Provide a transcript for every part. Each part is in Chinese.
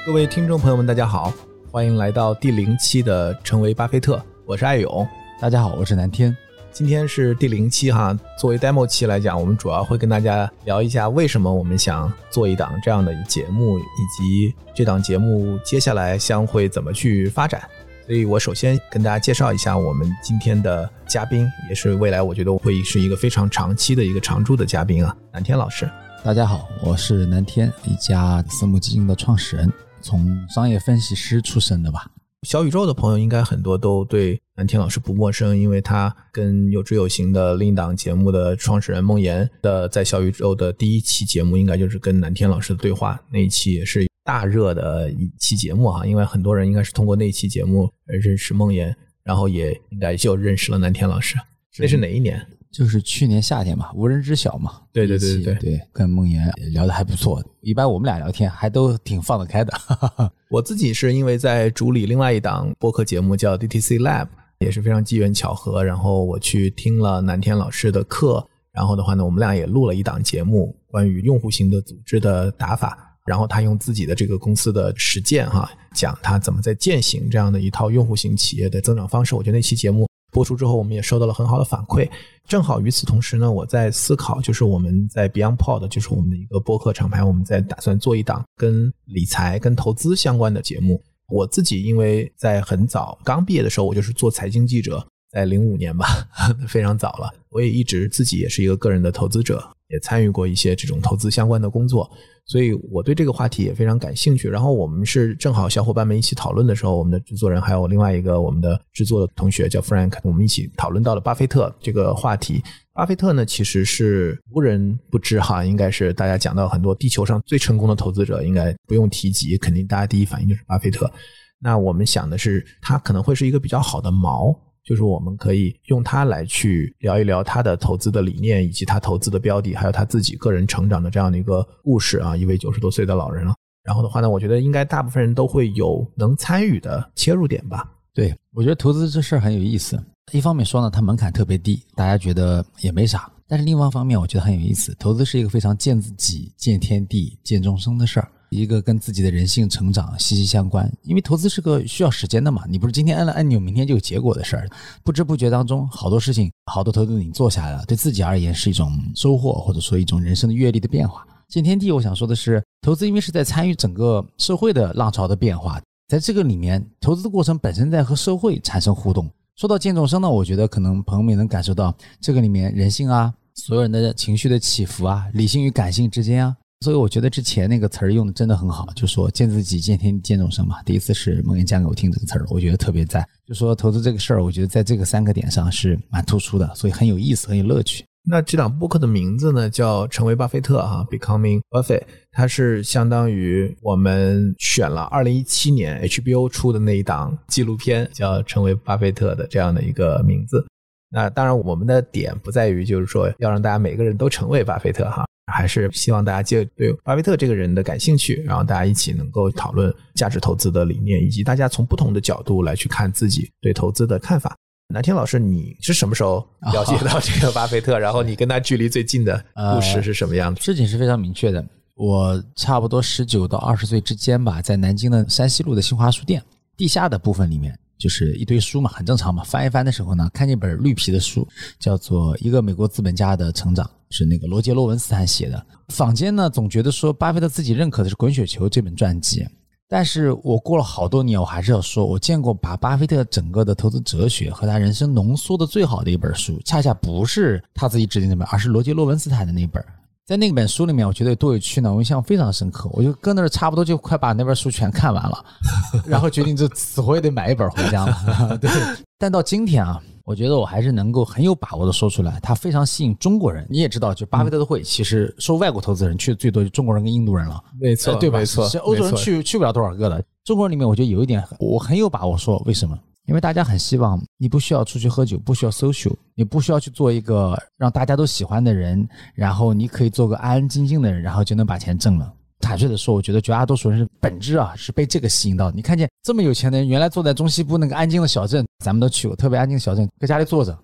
各位听众朋友们大家好，欢迎来到第0期的成为巴菲特，我是艾勇。 大家好，我是南天。 今天是第0期哈，作为 demo 期来讲，我们主要会跟大家聊一下为什么我们想做一档这样的节目，以及这档节目接下来将会怎么去发展。所以我首先跟大家介绍一下我们今天的嘉宾，也是未来我觉得会是一个非常长期的一个常驻的嘉宾啊，南天老师。 大家好，我是南天，一家私募基金的创始人，从商业分析师出身的吧。 小宇宙的朋友应该很多都对南天老师不陌生，因为他跟有知有行的另一档节目的创始人孟岩的在小宇宙的第1期节目应该就是跟南天老师的对话，那一期也是大热的一期节目因为很多人应该是通过那一期节目认识孟岩，然后也应该就认识了南天老师。那是哪一年？ 就是去年夏天嘛，无人知晓嘛。 对， 跟孟岩聊得还不错，一般我们俩聊天还都挺放得开的。 我自己是因为在主理另外一档播客节目叫 DTC Lab， 也是非常机缘巧合，然后我去听了南天老师的课，然后的话呢，我们俩也录了一档节目关于用户型的组织的打法，然后他用自己的这个公司的实践讲他怎么在践行这样的一套用户型企业的增长方式。我觉得那期节目播出之后，我们也收到了很好的反馈。正好与此同时呢，我在思考，就是我们在 BeyondPod， 就是我们的一个播客厂牌，我们在打算做一档跟理财跟投资相关的节目。我自己因为在很早刚毕业的时候，我就是做财经记者，在05年吧，非常早了。我也一直自己也是一个个人的投资者，也参与过一些这种投资相关的工作，所以我对这个话题也非常感兴趣。然后我们是正好小伙伴们一起讨论的时候，我们的制作人还有另外一个我们的制作的同学叫 Frank， 我们一起讨论到了巴菲特这个话题。巴菲特呢其实是无人不知应该是大家讲到很多地球上最成功的投资者，应该不用提及，肯定大家第一反应就是巴菲特。那我们想的是他可能会是一个比较好的锚，就是我们可以用它来去聊一聊他的投资的理念，以及他投资的标的，还有他自己个人成长的这样的一个故事一位90多岁的老人了。然后的话呢，我觉得应该大部分人都会有能参与的切入点吧。 对，我觉得投资这事儿很有意思。一方面说呢，它门槛特别低，大家觉得也没啥。但是另外一方面，我觉得很有意思。投资是一个非常见自己、见天地、见众生的事儿，一个跟自己的人性成长息息相关。因为投资是个需要时间的嘛，你不是今天按了按钮明天就有结果的事儿。不知不觉当中，好多事情，好多投资你做下来了，对自己而言是一种收获，或者说一种人生的阅历的变化。见天地，我想说的是，投资因为是在参与整个社会的浪潮的变化，在这个里面，投资的过程本身在和社会产生互动。说到见众生呢，我觉得可能朋友们也能感受到这个里面人性所有人的情绪的起伏理性与感性之间所以我觉得之前那个词儿用的真的很好，就说见自己、见天地、见众生嘛。第一次是孟岩讲给我听这个词儿，我觉得特别赞。就说投资这个事儿，我觉得在这个3个点上是蛮突出的，所以很有意思，很有乐趣。 那这档播客的名字呢叫成为巴菲特Becoming Buffett， 它是相当于我们选了2017年 HBO 出的那一档纪录片叫成为巴菲特的这样的一个名字。那当然我们的点不在于就是说要让大家每个人都成为巴菲特还是希望大家对巴菲特这个人的感兴趣，然后大家一起能够讨论价值投资的理念，以及大家从不同的角度来去看自己对投资的看法。南天老师，你是什么时候了解到这个巴菲特然后你跟他距离最近的故事是什么样子？ 事情是非常明确的。我差不多19到20岁之间吧，在南京的山西路的新华书店地下的部分里面，就是一堆书嘛，很正常嘛。翻一翻的时候呢，看见一本绿皮的书，叫做《一个美国资本家的成长》，是那个罗杰·洛文斯坦写的。坊间呢总觉得说巴菲特自己认可的是《滚雪球》这本传记，但是我过了好多年，我还是要说，我见过把巴菲特整个的投资哲学和他人生浓缩的最好的一本书，恰恰不是他自己指定那本，而是罗杰·洛文斯坦的那本。在那本书里面，我觉得有多有趣呢，我印象非常深刻，我就跟那儿差不多就快把那本书全看完了，然后决定就死活也得买一本回家了。对，但到今天我觉得我还是能够很有把握的说出来，它非常吸引中国人。你也知道，就巴菲特的会其实收外国投资人去的最多就中国人跟印度人了， 没错， 对吧？ 没错， 欧洲人去不了多少个的。中国人里面我觉得有一点我很有把握说，为什么？因为大家很希望你不需要出去喝酒，不需要 social， 你不需要去做一个让大家都喜欢的人，然后你可以做个安安静静的人，然后就能把钱挣了。坦率的说，我觉得绝大多数人是本质是被这个吸引到。你看见这么有钱的人，原来坐在中西部那个安静的小镇，咱们都去过，特别安静的小镇，搁家里坐着，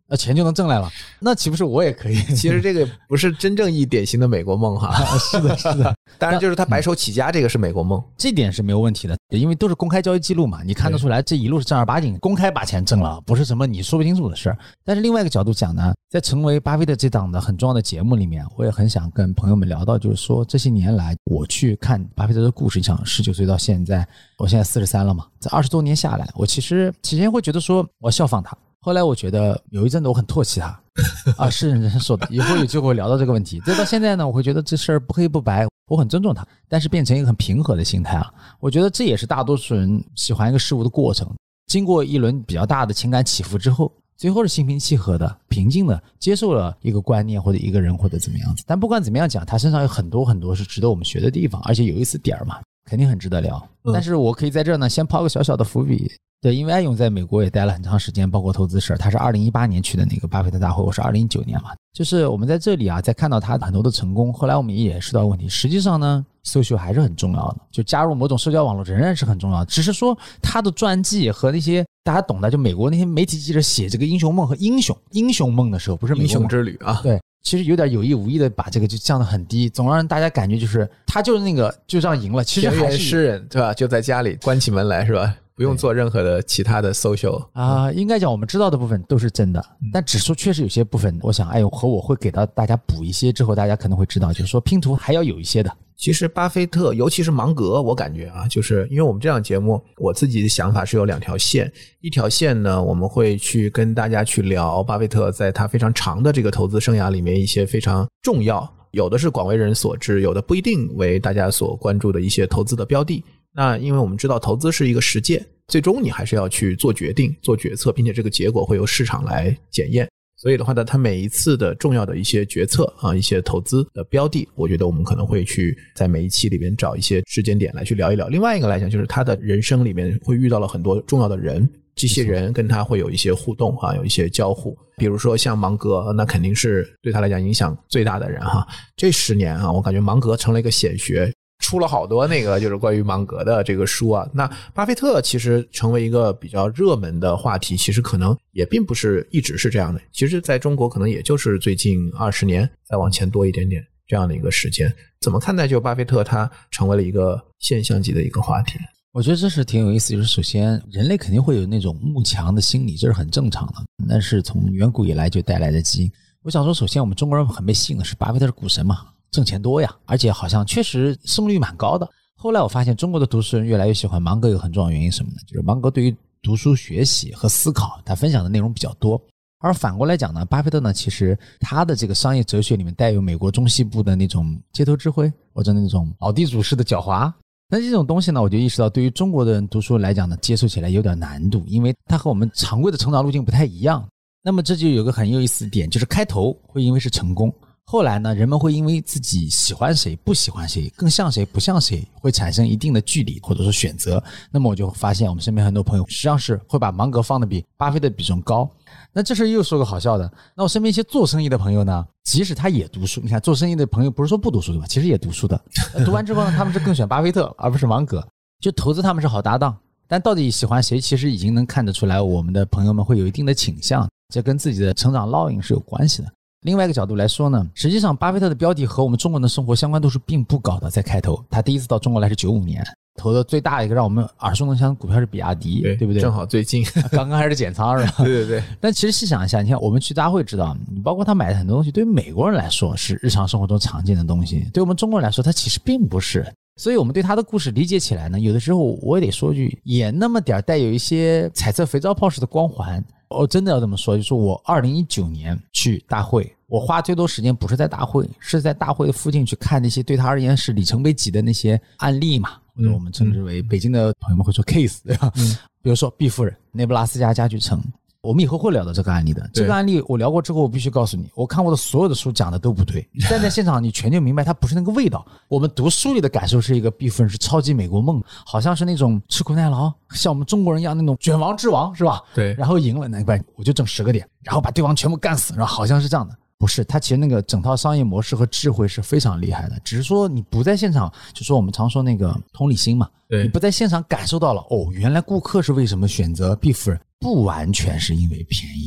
钱就能挣来了，那岂不是我也可以？ 其实这个不是真正意义典型的美国梦哈。 是的，是的。 当然，就是他白手起家，这个是美国梦， 这点是没有问题的，因为都是公开交易记录嘛，你看得出来这一路是正儿八经公开把钱挣了，不是什么你说不清楚的事儿。但是另外一个角度讲呢，在成为巴菲特这档的很重要的节目里面，我也很想跟朋友们聊到，就是说这些年来我去看巴菲特的故事，像19岁到现在，我现在43了嘛，这20多年下来，我其实起先会觉得说我要效仿他。后来我觉得有一阵子我很唾弃他是认真说的，以后有机会聊到这个问题。再到现在呢，我会觉得这事儿不黑不白，我很尊重他，但是变成一个很平和的心态了。我觉得这也是大多数人喜欢一个事物的过程，经过一轮比较大的情感起伏之后，最后是心平气和的平静的接受了一个观念或者一个人或者怎么样子。但不管怎么样讲，他身上有很多很多是值得我们学的地方，而且有一丝点嘛，肯定很值得聊。但是我可以在这呢先抛个小小的伏笔。对，因为艾勇在美国也待了很长时间，包括投资事，他是2018年去的那个巴菲特大会，我是2019年嘛。就是我们在这里啊，在看到他很多的成功，后来我们也意识到问题，实际上呢 social 还是很重要的，就加入某种社交网络仍然是很重要的，只是说他的传记和那些大家懂的，就美国那些媒体记者写这个英雄梦和英雄梦的时候，不是美国英雄之旅啊， 对，其实有点有意无意的把这个就降得很低，总让大家感觉就是他就是那个就这样赢了，其实还是诗人对吧？就在家里关起门来是吧？不用做任何的其他的 social 应该讲我们知道的部分都是真的，但只说确实有些部分，我想和我会给到大家补一些，之后大家可能会知道，就是说拼图还要有一些的。 其实巴菲特尤其是芒格，我感觉啊，就是因为我们这档节目我自己的想法是有2条线，一条线呢我们会去跟大家去聊巴菲特在他非常长的这个投资生涯里面一些非常重要，有的是广为人所知，有的不一定为大家所关注的一些投资的标的。那因为我们知道投资是一个实践，最终你还是要去做决定做决策，并且这个结果会由市场来检验，所以的话呢，他每一次的重要的一些决策啊，一些投资的标的，我觉得我们可能会去在每一期里面找一些时间点来去聊一聊。另外一个来讲，就是他的人生里面会遇到了很多重要的人，这些人跟他会有一些互动啊，有一些交互。比如说像芒格，那肯定是对他来讲影响最大的人哈。这10年啊，我感觉芒格成了一个显学，出了好多那个就是关于芒格的这个书啊。那巴菲特其实成为一个比较热门的话题，其实可能也并不是一直是这样的，其实在中国可能也就是最近20年再往前多一点点这样的一个时间。怎么看待就巴菲特他成为了一个现象级的一个话题？ 我觉得这是挺有意思，就是首先人类肯定会有那种慕强的心理，这是很正常的，那是从远古以来就带来的基因。我想说首先我们中国人很被吸引的是巴菲特是股神嘛，挣钱多呀，而且好像确实胜率蛮高的。后来我发现中国的读书人越来越喜欢芒格，有很重要原因什么呢？就是芒格对于读书学习和思考他分享的内容比较多，而反过来讲呢，巴菲特呢其实他的这个商业哲学里面带有美国中西部的那种街头智慧或者那种老地主式的狡猾。那这种东西呢，我就意识到对于中国的人读书来讲呢，接受起来有点难度，因为它和我们常规的成长路径不太一样。那么这就有个很有意思的点，就是开头会因为是成功，后来呢人们会因为自己喜欢谁不喜欢谁，更像谁不像谁，会产生一定的距离或者说选择。那么我就发现我们身边很多朋友实际上是会把芒格放的比巴菲特比重高。那这事又说个好笑的，那我身边一些做生意的朋友呢，即使他也读书，你看做生意的朋友不是说不读书对吧，其实也读书的，读完之后呢他们是更选巴菲特而不是芒格，就投资他们是好搭档，但到底喜欢谁其实已经能看得出来，我们的朋友们会有一定的倾向，这跟自己的成长烙印是有关系的。另外一个角度来说呢，实际上巴菲特的标的和我们中国人的生活相关度是并不高的。在开头他第一次到中国来是95年，投的最大的一个让我们耳熟能详的股票是比亚迪， 对不对？ 正好最近刚刚还是减仓是吧？ 对对对。 但其实细想一下，你看我们去大会知道，你包括他买的很多东西对于美国人来说是日常生活中常见的东西，对我们中国人来说它其实并不是。所以我们对他的故事理解起来呢，有的时候我也得说句，也那么点带有一些彩色肥皂泡式的光环。真的要这么说，就是我2019年去大会，我花最多时间不是在大会，是在大会的附近去看那些对他而言是里程碑级的那些案例嘛，或者我们称之为北京的朋友们会说 case， 对吧？比如说毕夫人内布拉斯加家具城，我们以后会聊到这个案例的。这个案例我聊过之后，我必须告诉你，我看过的所有的书讲的都不对，站在现场你全就明白它不是那个味道。我们读书里的感受是一个毕夫人是超级美国梦，好像是那种吃苦耐劳，像我们中国人一样那种卷王之王是吧？对，然后赢了那个我就挣10个点，然后把对方全部干死，然后好像是这样的。不是，他其实那个整套商业模式和智慧是非常厉害的，只是说你不在现场，就说我们常说那个同理心嘛，你不在现场感受到了，原来顾客是为什么选择毕夫人，不完全是因为便宜。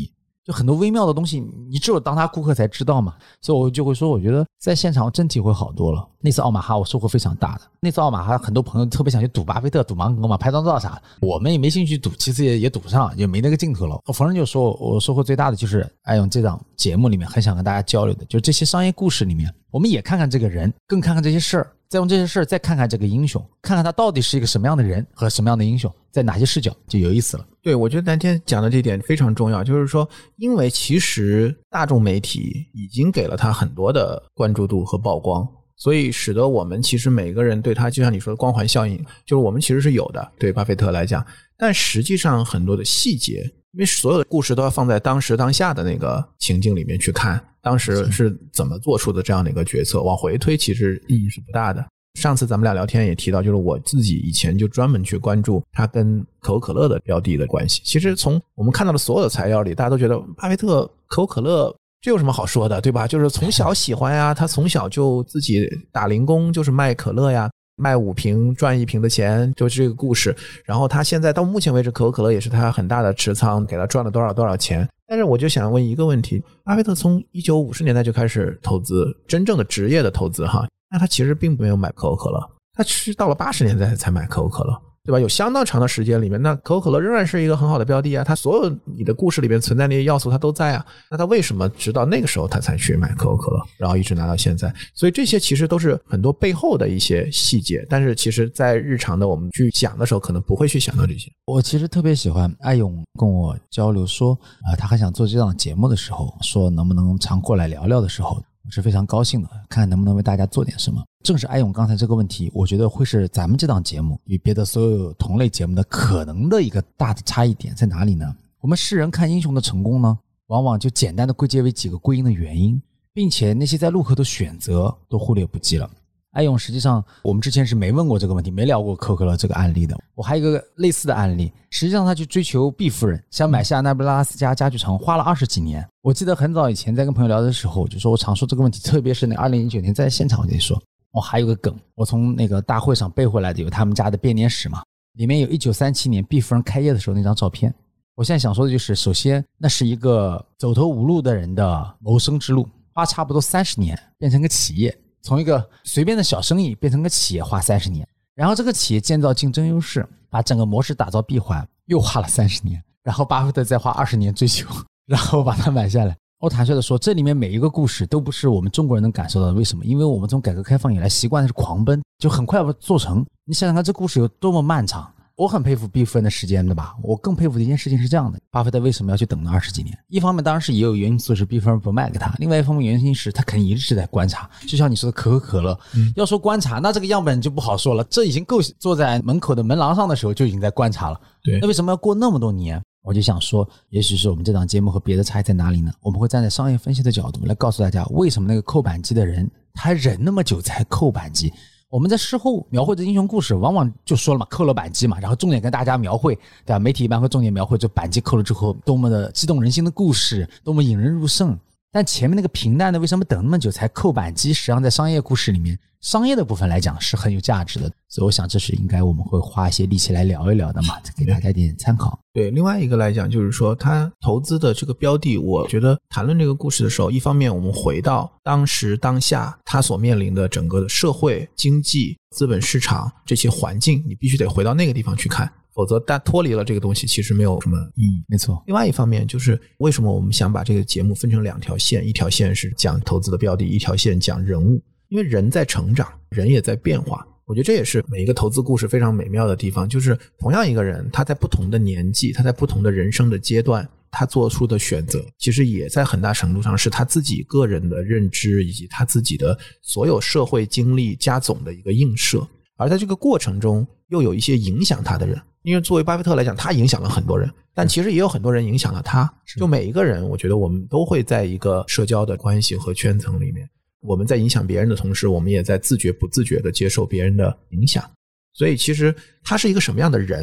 就很多微妙的东西你只有当他顾客才知道嘛。所以我就会说我觉得在现场真体会好多了。那次奥马哈我收获非常大的，那次奥马哈很多朋友特别想去赌巴菲特，赌芒格嘛，拍张照啥的，我们也没兴趣赌，其实也赌不上，也没那个劲头了。冯人就说我收获最大的就是爱用这档节目里面很想跟大家交流的，就是这些商业故事里面我们也看看这个人，更看看这些事儿，再用这些事儿再看看这个英雄，看看他到底是一个什么样的人和什么样的英雄，在哪些视角，就有意思了。 对，我觉得南天讲的这点非常重要，就是说因为其实大众媒体已经给了他很多的关注度和曝光，所以使得我们其实每个人对他就像你说的光环效应，就是我们其实是有的，对巴菲特来讲，但实际上很多的细节，因为所有的故事都要放在当时当下的那个情境里面去看，当时是怎么做出的这样的一个决策，往回推其实意义是不大的。上次咱们俩聊天也提到，就是我自己以前就专门去关注他跟可口可乐的标的的关系。其实从我们看到的所有的材料里，大家都觉得巴菲特可口可乐这有什么好说的，对吧？就是从小喜欢呀，他从小就自己打零工，就是卖可乐呀，卖5瓶赚1瓶的钱，就是这个故事。然后他现在到目前为止，可口可乐也是他很大的持仓，给他赚了多少钱。但是我就想问一个问题，巴菲特从1950年代就开始投资，真正的职业的投资哈，那他其实并没有买可口可乐，他是到了80年代才买可口可乐，对吧？有相当长的时间里面，那可口可乐仍然是一个很好的标的啊，它所有你的故事里面存在那些要素它都在啊，那他为什么直到那个时候他才去买可口可乐，然后一直拿到现在？所以这些其实都是很多背后的一些细节，但是其实在日常的我们去想的时候可能不会去想到这些。 我其实特别喜欢艾勇跟我交流说他很想做这档节目的时候，说能不能常过来聊聊的时候，我是非常高兴的，看看能不能为大家做点什么。正是艾勇刚才这个问题，我觉得会是咱们这档节目与别的所有同类节目的可能的一个大的差异点在哪里呢？我们世人看英雄的成功呢，往往就简单的归结为几个归因的原因，并且那些在路口的选择都忽略不计了。艾勇实际上我们之前是没问过这个问题，没聊过可口可乐这个案例的。我还有一个类似的案例，实际上他去追求 B 夫人，想买下那不拉斯加家具城，花了20几年。我记得很早以前在跟朋友聊的时候，就说我常说这个问题，特别是那2019年在现场我就说，我还有个梗，我从那个大会上背回来的，有他们家的编年史嘛，里面有1937年 B 夫人开业的时候那张照片。我现在想说的就是，首先那是一个走投无路的人的谋生之路，花差不多30年变成个企业，从一个随便的小生意变成个企业花30年，然后这个企业建造竞争优势，把整个模式打造闭环，又花了30年，然后巴菲特再花20年追求，然后把它买下来。我坦率的说，这里面每一个故事都不是我们中国人能感受到的。为什么？因为我们从改革开放以来习惯的是狂奔，就很快做成。你想想看这故事有多么漫长。我很佩服 B 夫人的时间，对吧？我更佩服的一件事情是这样的，巴菲特为什么要去等那20几年？一方面当然是也有原因素是 B 夫人不卖给他，另外一方面原因是他肯定一直在观察，就像你说的可口可乐，要说观察，那这个样本就不好说了，这已经够坐在门口的门廊上的时候就已经在观察了。 对， 那为什么要过那么多年？我就想说，也许是我们这档节目和别的差异在哪里呢？我们会站在商业分析的角度来告诉大家，为什么那个扣扳机的人他忍那么久才扣扳机。我们在事后描绘的英雄故事往往就说了嘛，扣了扳机嘛，然后重点跟大家描绘，对吧？媒体一般会重点描绘这扳机扣了之后多么的激动人心的故事，多么引人入胜。但前面那个平淡的为什么等那么久才扣扳机，实际上在商业故事里面，商业的部分来讲是很有价值的。所以我想这是应该我们会花一些力气来聊一聊的嘛，给大家一点参考。 对，另外一个来讲就是说他投资的这个标的，我觉得谈论这个故事的时候，一方面我们回到当时当下他所面临的整个的社会经济资本市场这些环境，你必须得回到那个地方去看，否则但脱离了这个东西其实没有什么意义。 没错。 另外一方面就是为什么我们想把这个节目分成2条线，一条线是讲投资的标的，一条线讲人物，因为人在成长，人也在变化。我觉得这也是每一个投资故事非常美妙的地方，就是同样一个人，他在不同的年纪，他在不同的人生的阶段，他做出的选择其实也在很大程度上是他自己个人的认知以及他自己的所有社会经历加总的一个映射，而在这个过程中又有一些影响他的人。因为作为巴菲特来讲，他影响了很多人，但其实也有很多人影响了他。就每一个人，我觉得我们都会在一个社交的关系和圈层里面，我们在影响别人的同时，我们也在自觉不自觉地接受别人的影响。所以其实他是一个什么样的人，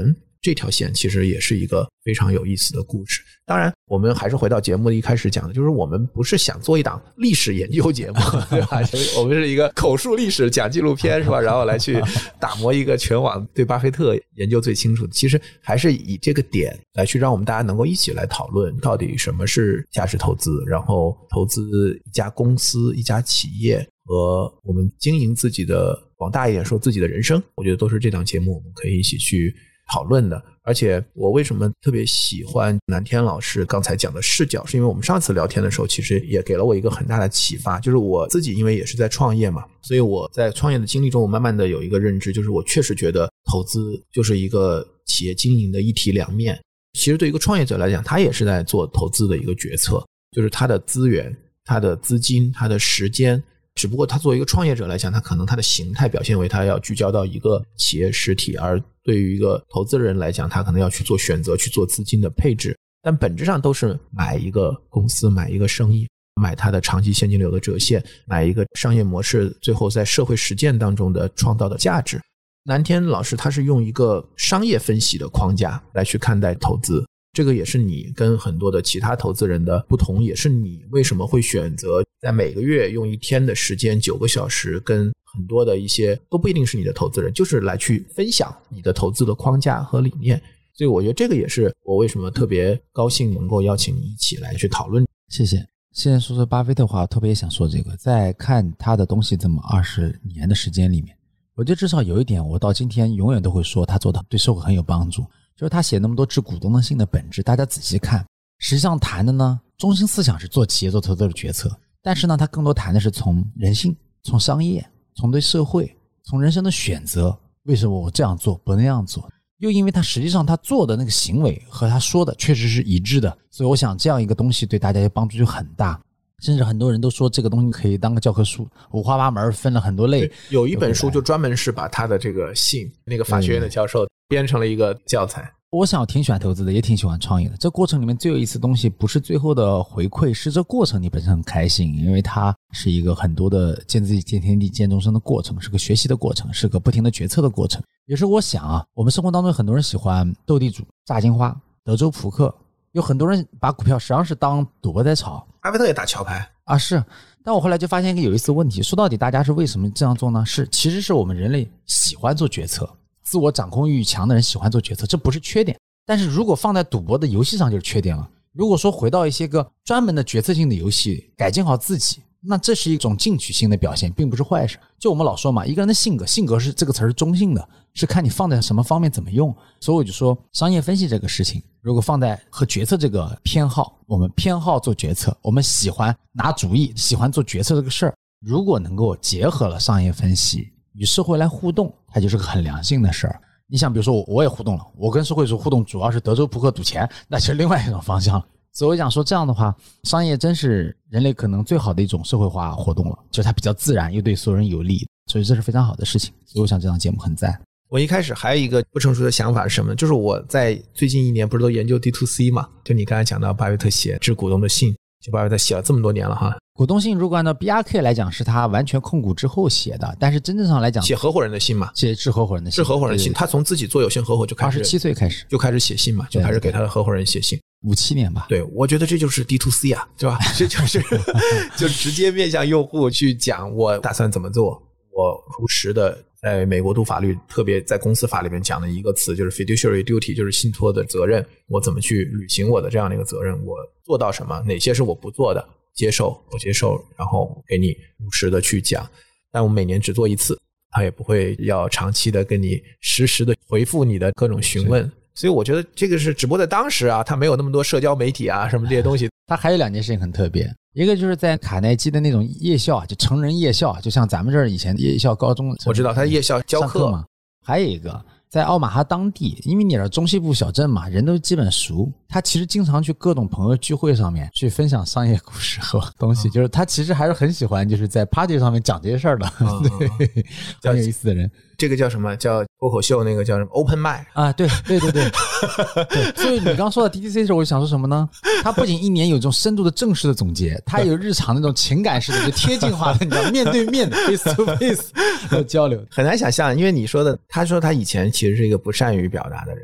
这条线其实也是一个非常有意思的故事。当然我们还是回到节目的一开始讲的，就是我们不是想做一档历史研究节目，对吧？我们是一个口述历史讲纪录片，是吧？然后来去打磨一个全网对巴菲特研究最清楚的，其实还是以这个点来去让我们大家能够一起来讨论到底什么是价值投资，然后投资一家公司一家企业和我们经营自己的，往大一点说自己的人生，我觉得都是这档节目我们可以一起去讨论的。而且我为什么特别喜欢南天老师刚才讲的视角，是因为我们上次聊天的时候其实也给了我一个很大的启发，就是我自己因为也是在创业嘛，所以我在创业的经历中我慢慢的有一个认知，就是我确实觉得投资就是一个企业经营的一体两面。其实对一个创业者来讲，他也是在做投资的一个决策，就是他的资源、他的资金、他的时间，只不过他作为一个创业者来讲，他可能他的形态表现为他要聚焦到一个企业实体，而对于一个投资人来讲，他可能要去做选择，去做资金的配置，但本质上都是买一个公司，买一个生意，买它的长期现金流的折现，买一个商业模式最后在社会实践当中的创造的价值。南天老师他是用一个商业分析的框架来去看待投资，这个也是你跟很多的其他投资人的不同，也是你为什么会选择在每个月用1天的时间9个小时跟很多的一些都不一定是你的投资人，就是来去分享你的投资的框架和理念。所以我觉得这个也是我为什么特别高兴能够邀请你一起来去讨论。 谢谢。现在说说巴菲特的话，我特别想说这个，在看他的东西这么20年的时间里面，我觉得至少有一点我到今天永远都会说他做的对社会很有帮助，就是他写那么多致股东的信的本质，大家仔细看，实际上谈的呢，中心思想是做企业做投资的决策，但是呢，他更多谈的是从人性、从商业、从对社会、从人生的选择，为什么我这样做不那样做，又因为他实际上他做的那个行为和他说的确实是一致的，所以我想这样一个东西对大家的帮助就很大。甚至很多人都说这个东西可以当个教科书，五花八门，分了很多类。 有一本书就专门是把他的这个信，那个法学院的教授编成了一个教材。 我想我挺喜欢投资的，也挺喜欢创业的，这过程里面最有意思的东西不是最后的回馈，是这过程你本身很开心，因为它是一个很多的见自己见天地见众生的过程，是个学习的过程，是个不停的决策的过程。也是我想啊，我们生活当中很多人喜欢斗地主、炸金花、德州扑克，有很多人把股票实际上是当赌博在炒。 巴菲特也打桥牌啊，是。但我后来就发现一个有意思的问题，说到底大家是为什么这样做呢？其实是我们人类喜欢做决策，自我掌控欲强的人喜欢做决策，这不是缺点。但是如果放在赌博的游戏上就是缺点了。如果说回到一些个专门的决策性的游戏，改进好自己，那这是一种进取性的表现，并不是坏事。就我们老说嘛，一个人的性格是这个词是中性的，是看你放在什么方面怎么用。所以我就说商业分析这个事情，如果放在和决策这个偏好，我们偏好做决策，我们喜欢拿主意，喜欢做决策这个事儿，如果能够结合了商业分析与社会来互动，它就是个很良性的事儿。你想比如说我也互动了，我跟社会主互动主要是德州扑克赌钱，那是另外一种方向了。所以我想说这样的话，商业真是人类可能最好的一种社会化活动了，就是它比较自然又对所有人有利，所以这是非常好的事情。所以我想这档节目很赞。 我一开始还有一个不成熟的想法是什么呢？就是我在最近1年不是都研究 D2C 嘛，就你刚才讲到巴菲特写致股东的信，就巴菲特写了这么多年了哈。 股东信如果按照 BRK 来讲是他完全控股之后写的，但是真正上来讲写合伙人的信嘛， 写致合伙人的信， 致合伙人的信，他从自己做有限合伙就开始 27岁开始就开始写信嘛，就开始给他的合伙人写信 ，57年吧。 对，我觉得这就是 D2C 啊，对吧？这就是就直接面向用户去讲我打算怎么做，我如实的在美国读法律，特别在公司法里面讲的一个词就是 fiduciary duty， 就是信托的责任，我怎么去履行我的这样的一个责任，我做到什么，哪些是我不做的，接受不接受，然后给你如实的去讲。但我每年只做1次，他也不会要长期的跟你实时的回复你的各种询问。所以我觉得这个是只不过在当时啊，他没有那么多社交媒体啊什么这些东西。 他还有2件事情很特别，一个就是在卡耐基的那种夜校，就成人夜校，就像咱们这儿以前夜校高中， 我知道他夜校教课嘛。还有一个在奥马哈当地，因为你是中西部小镇嘛，人都基本熟，他其实经常去各种朋友聚会上面去分享商业故事和东西，就是他其实还是很喜欢就是在 party 上面讲这些事儿的，对，很有意思的人。 这个叫什么？叫脱口秀那个叫什么 open mic 啊？对对对对对。所以你刚说到 DTC 的时候，我想说什么呢？他不仅1年有这种深度的正式的总结，他有日常那种情感式的就贴近化的，你知道面对面的 face to face 的交流， 很难想象。因为你说的，他说他以前其实是一个不善于表达的人，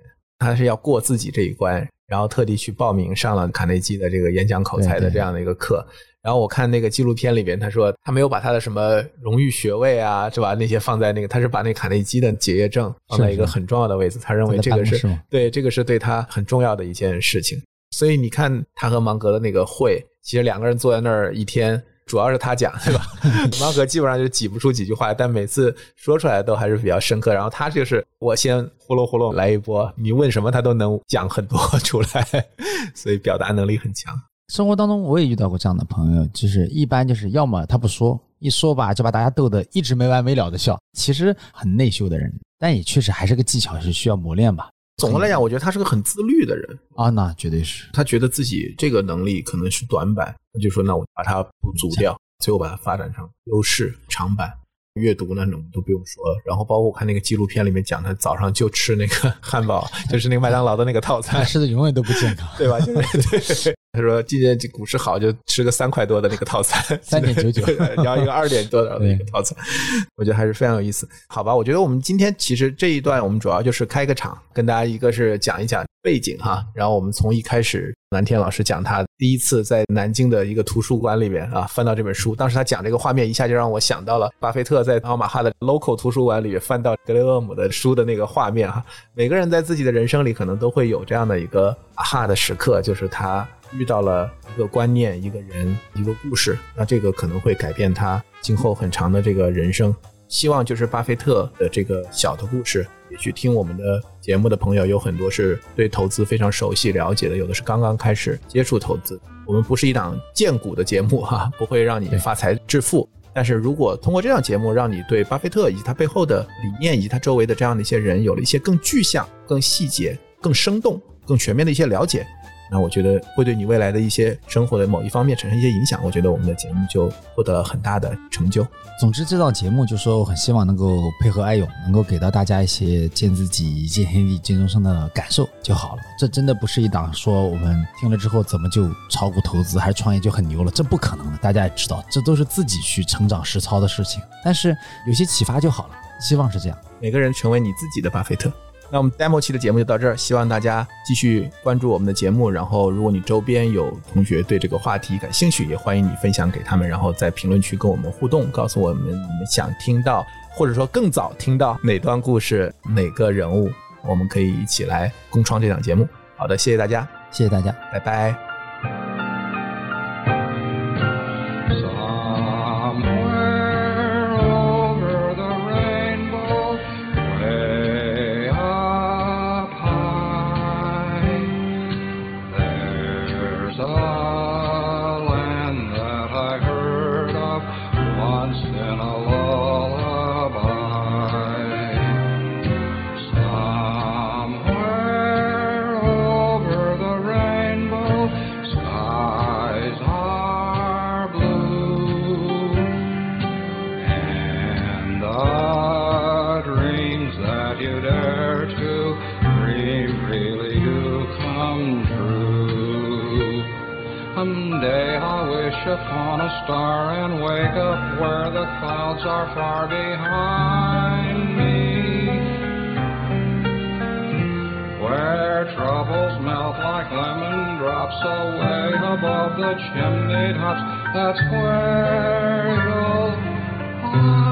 他是要过自己这一关，然后特地去报名上了卡内基的这个演讲口才的这样的一个课。然后我看那个纪录片里边，他说他没有把他的什么荣誉学位啊，是吧？那些放在那个，他是把那卡内基的结业证放在一个很重要的位置，他认为这个是对这个是对他很重要的一件事情。所以你看他和芒格的那个会，其实两个人坐在那儿一天，主要是他讲，对吧？芒格基本上就挤不出几句话，但每次说出来都还是比较深刻。然后他就是我先呼噜呼噜来一波，你问什么他都能讲很多出来，所以表达能力很强。 生活当中我也遇到过这样的朋友，就是一般就是要么他不说，一说吧就把大家逗得一直没完没了的笑，其实很内秀的人，但也确实还是个技巧，是需要磨练吧。 总的来讲，我觉得他是个很自律的人啊，那绝对是。 他觉得自己这个能力可能是短板，他就说那我把它补足掉，最后把它发展成优势长板。阅读呢都不用说了，然后包括我看那个纪录片里面讲他早上就吃那个汉堡，就是那个麦当劳的那个套餐， 吃的永远都不健康， 对吧？就是对，他说今天这股市好就吃个3块多的那个套餐 ，3.99， 然后一个2点多的一个套餐，我觉得还是非常有意思。好吧，我觉得我们今天其实这一段我们主要就是开个场，跟大家一个是讲一讲背景哈，然后我们从一开始南天老师讲他第一次在南京的一个图书馆里面啊翻到这本书，当时他讲这个画面一下就让我想到了巴菲特在奥马哈的 local 图书馆里翻到格雷厄姆的书的那个画面哈。每个人在自己的人生里可能都会有这样的一个啊哈的时刻，就是他遇到了一个观念、一个人、一个故事，那这个可能会改变他今后很长的这个人生。希望就是巴菲特的这个小的故事，也许听我们的节目的朋友有很多是对投资非常熟悉了解的，有的是刚刚开始接触投资。我们不是一档荐股的节目哈，不会让你发财致富，但是如果通过这档节目让你对巴菲特以及他背后的理念以及他周围的这样的一些人有了一些更具象、更细节、更生动、更全面的一些了解，那我觉得会对你未来的一些生活的某一方面产生一些影响，我觉得我们的节目就获得了很大的成就。 总之这档节目就说我很希望能够配合爱勇，能够给到大家一些见自己见天地见众生的感受就好了。这真的不是一档说我们听了之后怎么就炒股投资还是创业就很牛了，这不可能的，大家也知道这都是自己去成长实操的事情，但是有些启发就好了，希望是这样， 每个人成为你自己的巴菲特。那我们 demo 期的节目就到这儿，希望大家继续关注我们的节目，然后如果你周边有同学对这个话题感兴趣，也欢迎你分享给他们，然后在评论区跟我们互动，告诉我们你们想听到或者说更早听到哪段故事哪个人物，我们可以一起来共创这档节目。好的，谢谢大家， 谢谢大家， 拜拜。 Someday I wish upon a star and wake up where the clouds are far behind me, where troubles melt like lemon drops away above the chimney tops. That's where you'll find